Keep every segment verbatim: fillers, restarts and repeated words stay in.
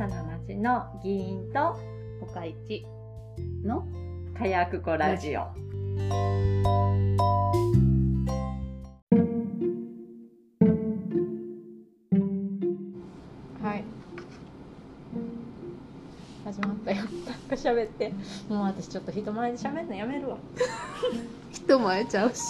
さな町の議員と岡市のかやくこラジオ。はい、始まったよ。なんか喋って、もう私ちょっと人前で喋るのやめるわ。 人前ちゃうし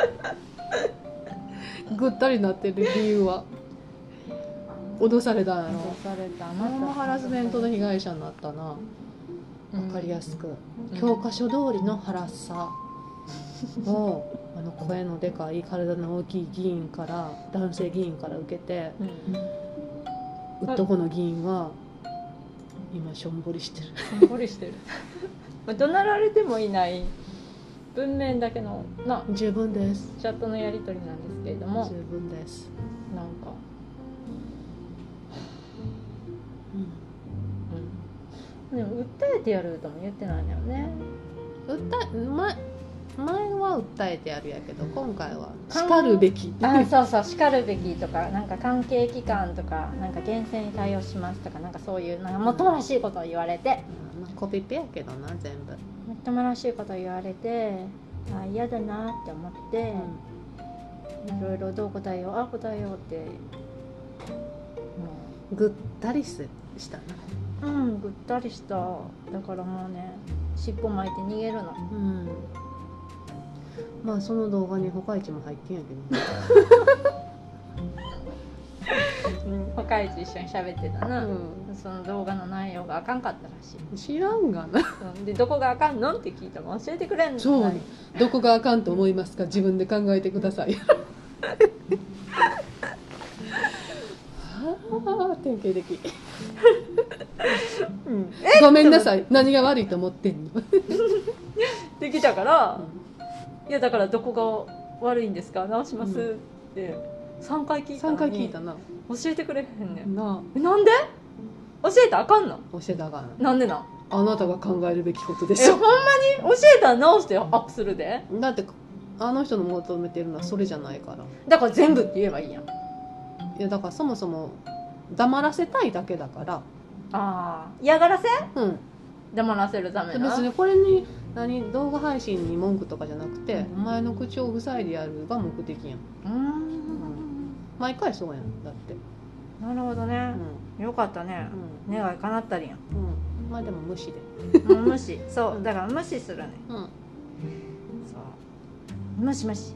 ぐったりなってる理由は脅されたんやろ。 脅された。 またハラスメントの被害者になったな。わかりやすく、 うん、 教科書通りのハラッサをあの声のでかい体の大きい議員から男性議員から受けて、うん、男の議員は今しょんぼりしてる。 しょんぼりしてる。怒鳴られてもいない文面だけのな十分です。 チャットのやり取りなんですけれども、 十分です。 なんか、うんうん、でも訴えてやるとも言ってないんだよね。 訴え前前は訴えてやるやけど、今回は叱るべき。 あ、そうそう、叱るべきとか、なんか関係機関とか、なんか厳正に対応しますとか、なんかそういうなんかもっともらしいことを言われて、 うん、コピペやけどな全部。 もっともらしいことを言われて、あ、嫌だなって思って、うん、いろいろどう答えよう、あ、答えようって、 うん、ぐったりしたな。 うん、ぐったりした。だからもうね、尻尾巻いて逃げるの。 うん、まあその動画に他市も入ってんやけど、 うん、他市一緒に喋ってたな、うん、その動画の内容があかんかったらしい。 知らんがな、 うん、でどこがあかんのって聞いたら教えてくれんの。 そう、どこがあかんと思いますか、自分で考えてください。ああ典型的。うん、ごめんなさい、何が悪いと思ってんの。 できたから、うん、いやだからどこが悪いんですか、直します、うん、ってさんかい聞いたのにさんかい聞いたな、教えてくれへんねんな。なんで教えたらあかんの。 教えたらあかん。 なんでなん。 あなたが考えるべきことでしょ。 え、ほんまに教えたら直してアップするで。 だってあの人の求めてるのはそれじゃないから。 だから全部って言えばいいやん。 いやだからそもそも黙らせたいだけだから。 ああ、嫌がらせ？うん。黙らせるための。 別にこれに何動画配信に文句とかじゃなくて、うん、お前の口を塞いでやるが目的やん。うん、うん、毎回そうやんだって。なるほどね、うん、よかったね、うん、願い叶ったりやん、うん、まあでも無視で。 もう無視。そうだから無視するね、うん、そう無視無視。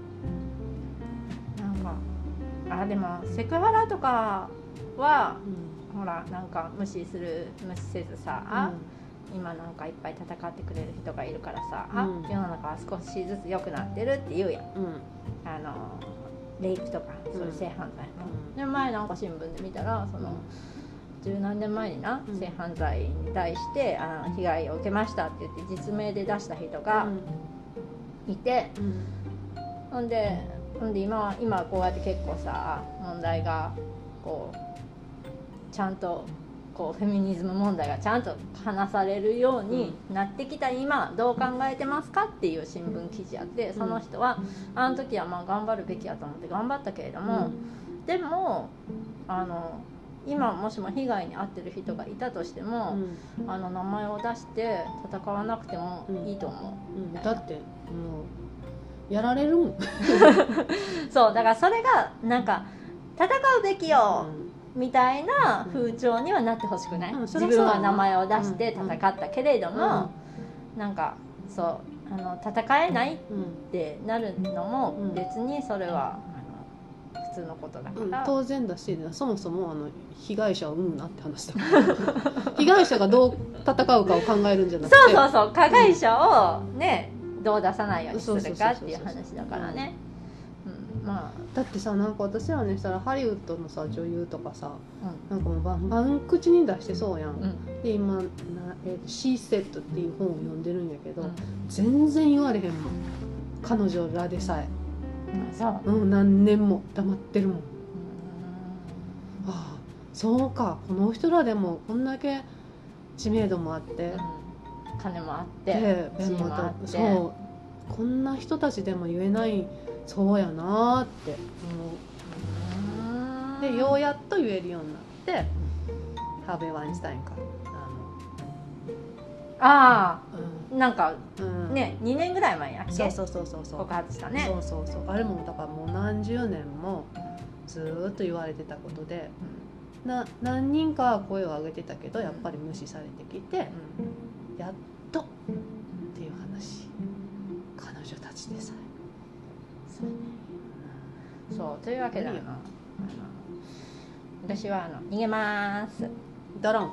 なんかあでもセクハラとかは、うん、ほらなんか無視する無視せずさ、うん、今なんかいっぱい戦ってくれる人がいるからさ、うん、世の中は少しずつ良くなってるって言うやん、うん、あのレイプとかそういう性犯罪の、うん、で前なんか新聞で見たらその、うん、十何年前にな、うん、性犯罪に対してあの被害を受けましたって言って実名で出した人がいて、うん、ほんでほんで今今こうやって結構さ問題がこうちゃんとこうフェミニズム問題がちゃんと話されるようになってきた今どう考えてますかっていう新聞記事あって、その人はあの時はまあ頑張るべきやと思って頑張ったけれども、でもあの今もしも被害に遭ってる人がいたとしても、あの名前を出して戦わなくてもいいと思う、 うんうん、だってもうやられるもん。 そうだからそれがなんか戦うべきよ、うん、みたいな風潮にはなってほしくない、うん、自分は名前を出して戦ったけれども、うん、なんかそうあの戦えないってなるのも別にそれはあの普通のことだから、 うん、当然だし、そもそもあの被害者をうんなって話だから被害者がどう戦うかを考えるんじゃなくて、 そうそうそう、加害者をねどう出さないようにするかっていう話だからね。 まあ、だってさ、なんか私らにしたらハリウッドのさ女優とかさ、うん、なんかもうバンバン口に出してそうやん、うん、で今な、えー、シーセットっていう本を読んでるんやけど、うん、全然言われへんもん彼女らでさえ、うんそう、うん、何年も黙ってるもん、うん、ああそうか、この人らでもこんだけ知名度もあって、うん、 金もあって地位もあって、そうこんな人たちでも言えないそうやなって思う。でようやっと言えるようになって、 ハーベイ・ワインスタインかああ、 うん、 なんか、 うん、 ねにねんぐらい前やっけ、 そうそうそうそうそう告発したね。 そうそうそう、あれもだからもう何十年もずーっと言われてたことで、うん、な何人かは声を上げてたけどやっぱり無視されてきて、うん、やっとっていう話、彼女たちでさえそうね、うん、そうというわけであの私はあの逃げまーすだらん、うん、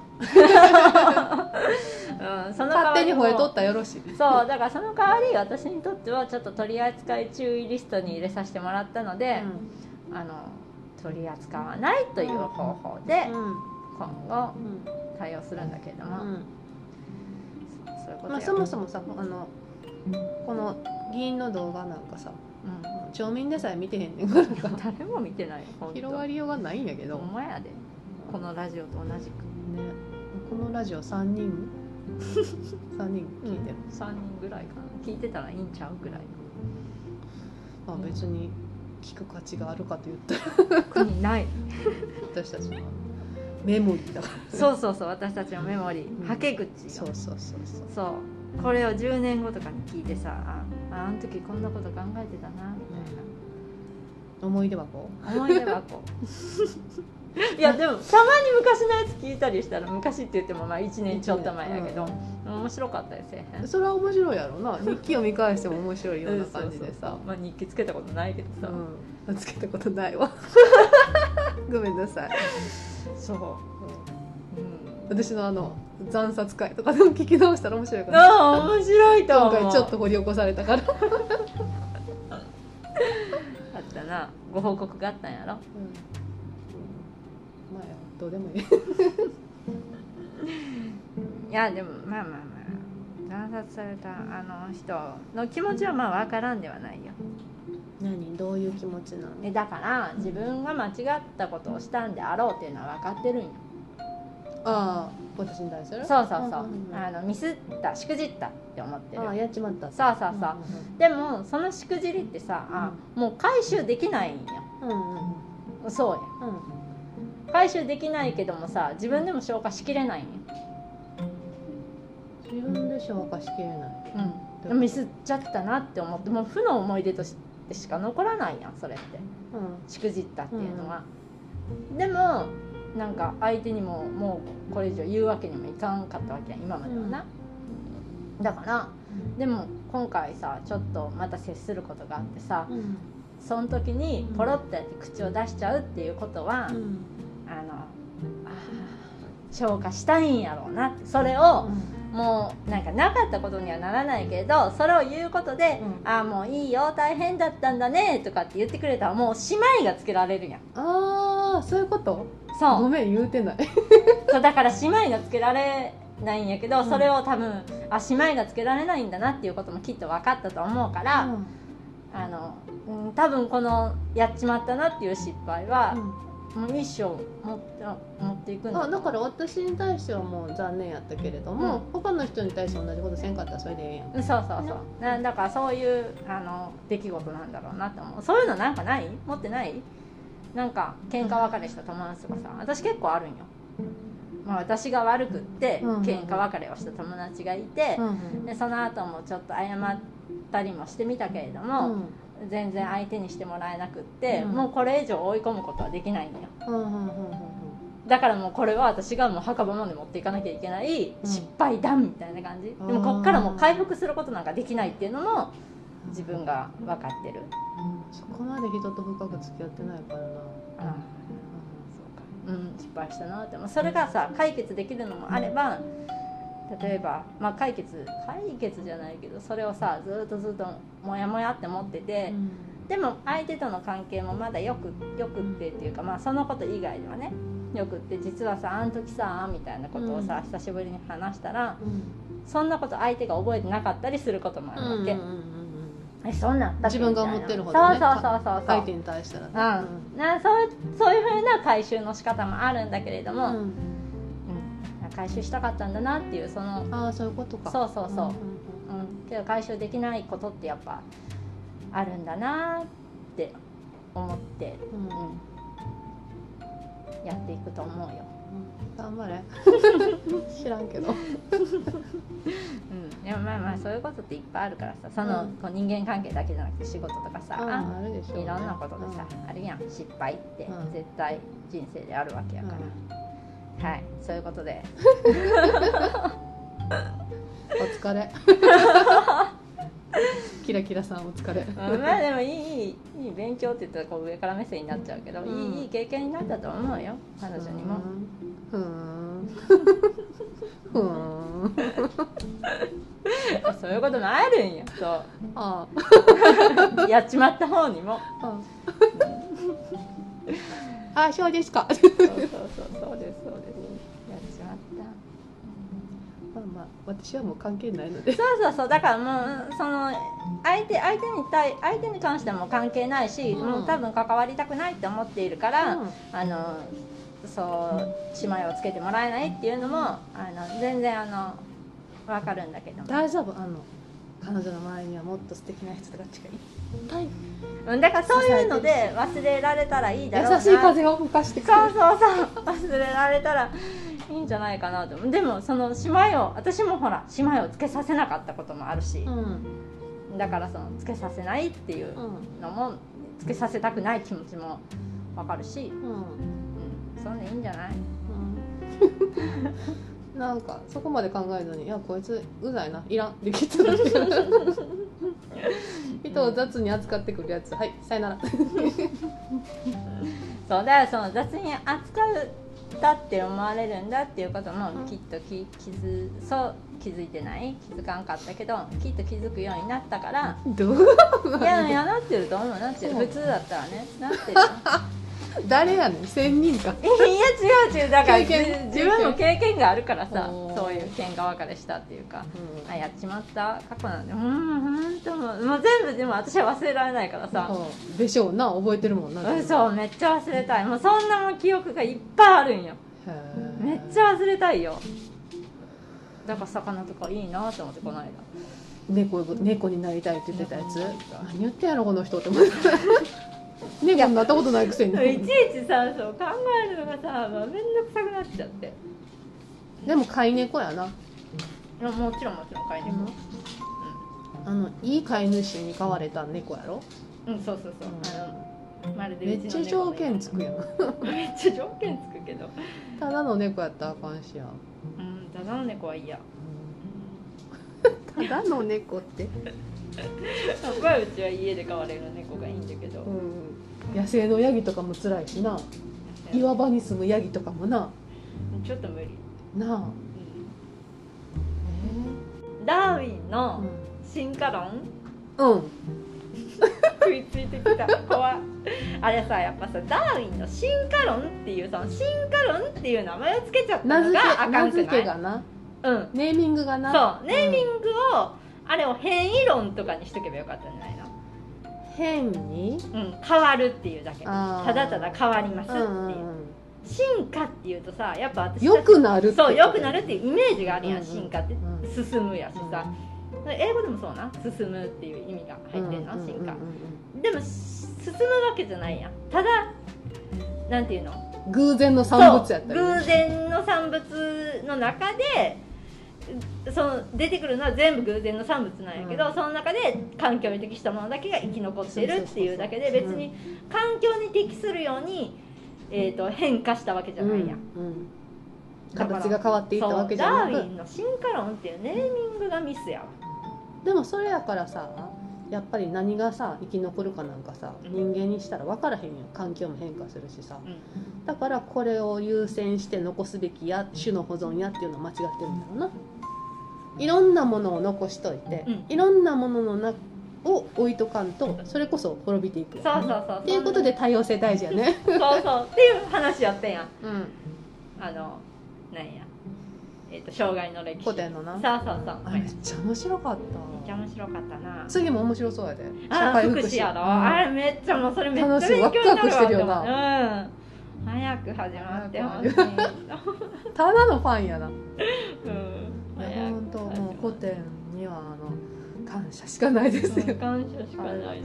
その勝手に吠えとったらよろしい。 そうだからその代わり私にとってはちょっと取り扱い注意リストに入れさせてもらったので、うん、あの取り扱わないという方法で今後対応するんだけれども、うんうん、そ, そういうこと、 まあ、そもそもさあのこの議員の動画なんかさ、うん、町民でさえ見てへんねんから誰も見てないよ広がりようがないんやけど、 ほんまやで、このラジオと同じくね、このラジオさんにんさんにん聞いてる、 うん、さんにんぐらいかな、聞いてたらいいんちゃうぐらい、 まあ、別に聞く価値があるかと言ったら特にない私たちのメモリーだから、 そうそうそう、私たちのメモリー、はけ口よ、 そうそうそうそうそうこれをじゅうねんごとかに聞いてさ、ああ、あの時こんなこと考えてたなみたいな、 うん、思い出箱思い出箱いやでもたまに昔のやつ聞いたりしたら、昔って言ってもまあいちねんちょっと前やけど、うん、面白かったですよね。 それは面白いやろな、日記を見返しても面白いような感じでさそうそうそう、 まあ、日記つけたことないけどさ、 うん、つけたことないわごめんなさい。 そう、うん、 私のあの惨殺会とかでも聞き直したら面白いかな。ああ面白いと思う。 今回ちょっと掘り起こされたからあったな、ご報告があったんやろ、うん、 まあどうでもいいいやでもまあまあまあ惨殺されたあの人の気持ちはまあ分からんではないよ。 何どういう気持ちなの？ だから自分が間違ったことをしたんであろうっていうのは分かってるんよ。 ああ、私に対する？ そうそうそう、うんうんうん、あのミスったしくじったって思ってる。 ああ、やっちまった。 そうそうそう、うんうんうん、でもそのしくじりってさ、あ、もう回収できないんよ、うんうんうん、そうや、うん、回収できないけどもさ、自分でも消化しきれないんよ。 自分で消化しきれない、 うん、ミスっちゃったなって思って、もう負の思い出としてしか残らないやんそれって、うん、しくじったっていうのは、うん、でもなんか相手にももうこれ以上言うわけにもいかんかったわけやん今まではな、うん、だから、うん、でも今回さちょっとまた接することがあってさ、うん、その時にポロッとやって口を出しちゃうっていうことは、うん、あのあ消化したいんやろうなって、それを、うん、もうなんかなかったことにはならないけど、それを言うことで、うん、ああもういいよ大変だったんだねとかって言ってくれたらもう姉妹がつけられるやん。 ああ、そういうこと？ そう、 ごめん言うてないそうだから姉妹がつけられないんやけど、それを多分あ姉妹がつけられないんだなっていうこともきっと分かったと思うから、うん、あの、うん、多分このやっちまったなっていう失敗は、うん、もう一生持って持っていくんだと。 あ、だから私に対してはもう残念やったけれども、うん、他の人に対して同じことせんかったらそれでええやん。 そうそうそう、ね、だからそういうあの出来事なんだろうなって思う。そういうのなんかない？持ってない？なんか喧嘩別れした友達とかさ、私結構あるんよ。まあ、私が悪くって喧嘩別れをした友達がいて、うんうん、でその後もちょっと謝ったりもしてみたけれども、うん、全然相手にしてもらえなくって、うん、もうこれ以上追い込むことはできないんよ、うんうんうんうん、だからもうこれは私がもう墓場まで持っていかなきゃいけない失敗談みたいな感じ、うん、でもこっからもう回復することなんかできないっていうのも自分が分かってる、 うん、そこまで人と深く付き合ってないからな、うんうん、失敗したなって。それがさ解決できるのもあれば、例えば、まあ、解決解決じゃないけどそれをさずっとずっとモヤモヤって持ってて、うん、でも相手との関係もまだよくよくってっていうか、まあ、そのこと以外ではねよくって実はさあの時さみたいなことをさ、うん、久しぶりに話したら、うん、そんなこと相手が覚えてなかったりすることもあるわけ、うんうんうん、えそんなん自分が思ってるほどね、 そうそうそうそう相手に対したらね、 うん、なそうそういう風な回収の仕方もあるんだけれども、うんうん、回収したかったんだなっていうそのあそういうことかそうそうそう、うんうんうん、けど回収できないことってやっぱあるんだなって思って、うんうん、やっていくと思うよ。 頑張れ知らんけどうんでもまあまあそういうことっていっぱいあるからさその、うん、こう人間関係だけじゃなくて仕事とかさ、 ああるでしょうね、 いろんなことでさ、うん、あるやん失敗って絶対人生であるわけやから、うん、はいそういうことでお疲れキラキラさんお疲れまあでもいいいいいい勉強って言ったらこう上から目線になっちゃうけど、うん、いいいい経験になったと思うよ彼女にもふーんふーんそういうこともあるんよそうああやっちまった方にもああそうですかそうそうそうそうですそうですやっちまったまあまあ私はもう関係ないのでそうそうそうだからもうその相手相手に対相手に関してはもう関係ないし、うん、もう多分関わりたくないって思っているから、うん、あのそうしまいをつけてもらえないっていうのもあの全然あの分かるんだけど大丈夫あの彼女の周りにはもっと素敵な人たちがいっぱい、 うん、だからそういうので忘れられたらいいだろうな優しい風を吹かしてくれるそうそうそう忘れられたらいいんじゃないかなとでもそのしまいを私もほらしまいをつけさせなかったこともあるし、うん、だからそのつけさせないっていうのも、うん、つけさせたくない気持ちも分かるし、うんうん、そんでいいんじゃない、 うん、なんかそこまで考えずにいやこいつうざいないらんできた人を雑に扱ってくるやつはいさよならそうだからその雑に扱うだって思われるんだっていうこともきっとき気づそう気づいてない気づかんかったけどきっと気づくようになったからどういやいやなってると思うなってる普通だったらねなってる誰やねん千人かいや違う違うだから自分も経験があるからさそういう喧嘩別れしたっていうか、うん、あやっちまった過去なんでうんほんともうもう全部でも私は忘れられないからさでしょうな覚えてるもんな、 うん、そうめっちゃ忘れたいもうそんなもん記憶がいっぱいあるんよめっちゃ忘れたいよだから魚とかいいなと思ってこの間猫, 猫になりたいって言ってたやつ何言ってんやろこの人って思って猫になったことないくせにいちいちさそう考えるのがさ面倒くさくなっちゃってでも飼い猫やなもちろんもちろん飼い猫、うんうん、 あのいい飼い主に飼われた猫やろうんそうそうそう、うん、あのまるでめっちゃ条件つくやんめっちゃ条件つくけどただの猫やったらあかんしやうんただの猫は嫌、 うん、ただの猫ってこれうちは家で飼われる猫がいいんだけど、うん、 野生のヤギとかも辛いしな岩場に住むヤギとかもなちょっと無理なあ、うんえー、ダーウィンの進化論うん食いついてきた怖いあれさやっぱさダーウィンの進化論っていうその進化論っていう名前をつけちゃったのがあかんくない？ 名付けがな、うん、ネーミングがなそうネーミングを、うんあれを変異論とかにしとけばよかったんじゃないの変に、 うん、変わるっていうだけただただ変わりますっていう、うんうん、進化っていうとさやっぱ私良くなるってそう良くなるっていうイメージがあるやん、うんうん、進化って進むやしさ、うん、英語でもそうな進むっていう意味が入ってんの、うんうん、進化でも進むわけじゃないやんただなんていうの偶然の産物やったり、 ね、偶然の産物の中でその出てくるのは全部偶然の産物なんやけど、うん、その中で環境に適したものだけが生き残っているっていうだけで別に環境に適するように、えー、と変化したわけじゃないや、うんうん、 形が変わっていったわけじゃなくダーウィンの進化論っていうネーミングがミスやわでもそれやからさやっぱり何がさ生き残るかなんかさ、うん、人間にしたら分からへんよ環境も変化するしさ、うん、だからこれを優先して残すべきや種の保存やっていうのは間違ってるんだろうないろんなものを残しといて、うん、いろんなもののなを置いとかんとそれこそ滅びていく、ね、 そうそうそうっていうことで多様性大事やねそうそうっていう話やってんやん、うん、あのなんやえー、と障害の歴史古典のなそうそうそうあれめっちゃ面白かっためっちゃ面白かったな次も面白そうやで社会福祉やろ、うん、あれめっちゃもうそれめっちゃ勉強になるわワクワクしてるよな、 うん早く始まってほしいただのファンやなうん本当もう古典にはあの感謝しかないですよ、うん、 感謝しかないです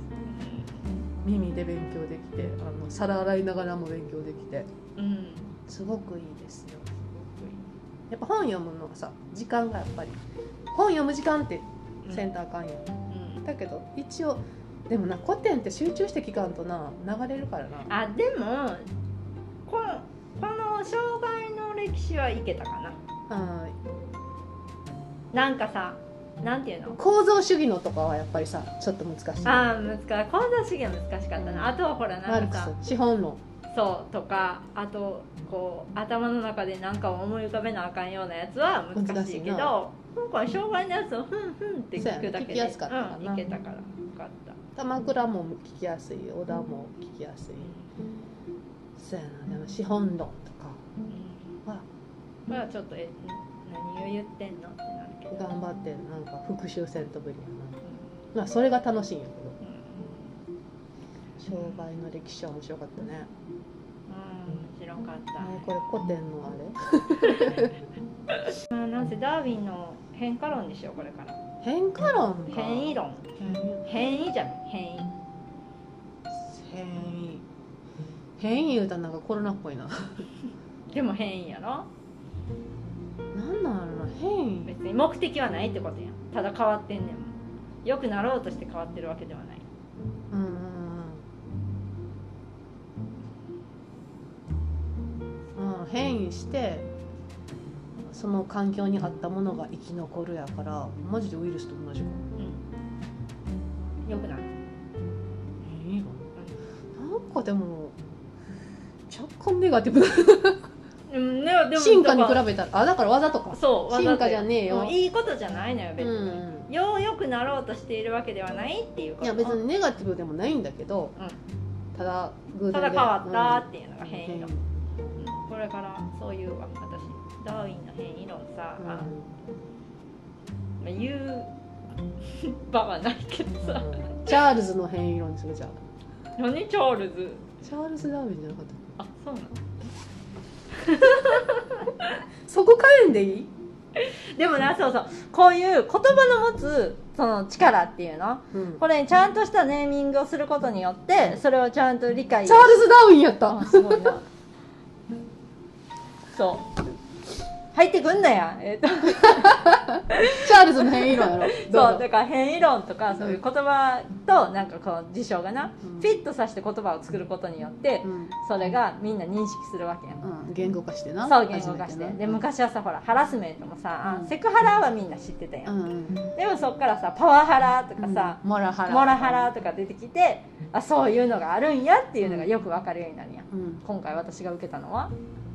耳で勉強できてあの皿洗いながらも勉強できて、 うん、 すごくいいですよ。やっぱ本読むのはさ時間がやっぱり本読む時間ってセンターあかんよ、うん、だけど一応でもな古典って集中して聞かんとな流れるからな。 あでもこのこの障害の歴史はいけたかな。うんなんかさなんていうの構造主義のとかはやっぱりさちょっと難しい。 ああ難しい構造主義は難しかったな。あとはほらなんかさマルクス資本論そうとかあとこう頭の中で何かを思い浮かべなあかんようなやつは難しいけど今回障害のやつをふんふんって聞くだけで、 聞きやすかったかな、 うん、いけたからよかった。 鎌倉も聞きやすい小田も聞きやすい、そうやな。でも資本論とかは、 これはちょっとえ何を言ってんのってなるけど頑張ってなんか復習せんとぶりやな、うん、まあそれが楽しいんやけど、うん、障害の歴史は面白かったね。 うん面白かった、 ね、これ古典のあれまあなんせダーウィンの変化論でしょこれから。 変化論か変異論変異じゃん変異変異変異言うたらなんかコロナっぽいなでも変異やろ。 なんなんやろな変異。 別に目的はないってことやん。ただ変わってんねんもん。良くなろうとして変わってるわけではない。 うんうんうん、うん、変異してその環境に合ったものが生き残るやからマジでウイルスと同じかも、 うん、よくない変異論、うん、なんかでも若干ネガティブなうんね、でも進化に比べたらあだから技とかそう進化じゃねえよ、 いいことじゃないのよ別に、うん、ようよくなろうとしているわけではないっていうこと。 いや別にネガティブでもないんだけど、うん、ただ偶然でただ変わったっていうのが変異論、うん、これからそういうわ私ダーウィンの変異論さ、うん、まあ、言う場はないけどさ、うん、 チャールズの変異論にするじゃん。 何チャールズチャールズ・ダーウィンじゃなかった。 あそうなのそこ変えんでいい。 でもなそうそうこういう言葉の持つその力っていうの、うん、これちゃんとしたネーミングをすることによってそれをちゃんと理解。 チャールズ・ダーウィンやった。 あすごいなそう入ってくんなや、えー、とチャールズの変異論やろ。 そうだから変異論とかそういう言葉となんかこの事象がな、うん、フィットさせて言葉を作ることによって、うん、それがみんな認識するわけやん、 うん、言語化してな。 そう言語化してで昔はさほらハラスメントもさ、うん、セクハラはみんな知ってたやん、うん、でもそっからさパワハラとかさ、 うん、モラハラモラハラとか出てきてあそういうのがあるんやっていうのがよく分かるようになるやん、うん、今回私が受けたのは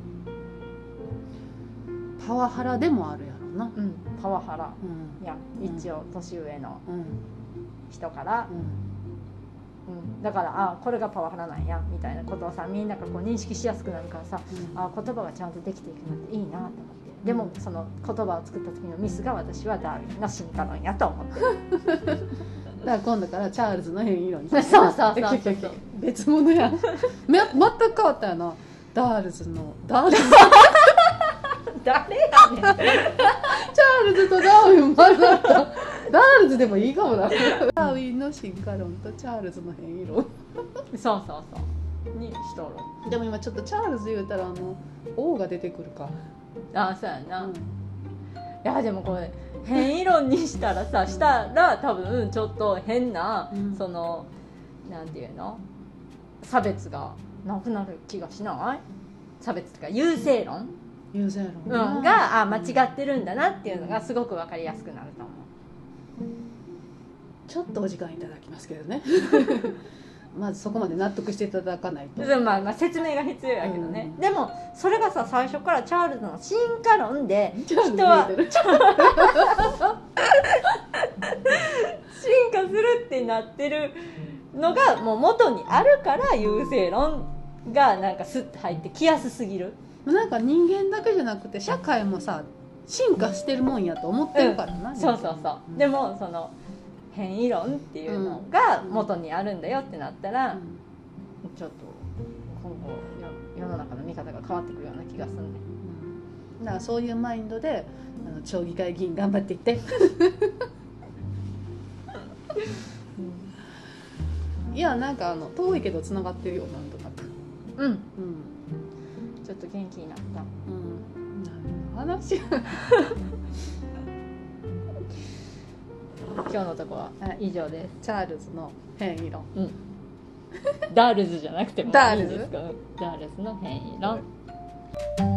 パワハラでもあるやろな、 うん、パワハラ、うん、いや一応年上の人から、うんうん、だからあこれがパワハラなんやみたいなことをさみんながこう認識しやすくなるからさ、うん、あ言葉がちゃんとできていくのっていいなと思って、でもその言葉を作った時のミスが私はダーウィンの進化論やと思ってるだから今度からチャールズの変異論にそうそうそうそう別物や全く変わったよな。ダールズのダールズ誰やねんチャールズとダーウィンまだダールズでもいいかもなダーウィンの進化論とチャールズの変異論そうそうそうにしとろ。 でも今ちょっとチャールズ言うたらあの王が出てくるか。 ああそうやな、うん、いやでもこれ変異論にしたらさしたら多分ちょっと変な、うん、そのなんていうの差別がなくなる気がしない？差別とか優勢論優勢論、 うん、があ間違ってるんだなっていうのがすごく分かりやすくなると思う。 ちょっとお時間いただきますけどねまずそこまで納得していただかないと。 まあ、まあ説明が必要やけどね、うん、でもそれがさ最初からチャールズの進化論で人は進化するってなってるのがもう元にあるから優勢論がなんかスッと入ってきやすすぎる。 なんか人間だけじゃなくて社会もさ進化してるもんやと思ってるからな、 うん、そうそうそう、うん、でもその変異論っていうのが元にあるんだよってなったら、うん、ちょっと今後世の中の見方が変わってくるような気がするね、 うん、だからそういうマインドであの町議会議員頑張っていって、うん、いやなんかあの遠いけどつながってるよなんとなく。 うん、うんちょっと元気になった。 うん何の話今日のとこは以上です。 チャールズの変異論、 うん、ダールズじゃなくてもいいですか。ダールズの変異論。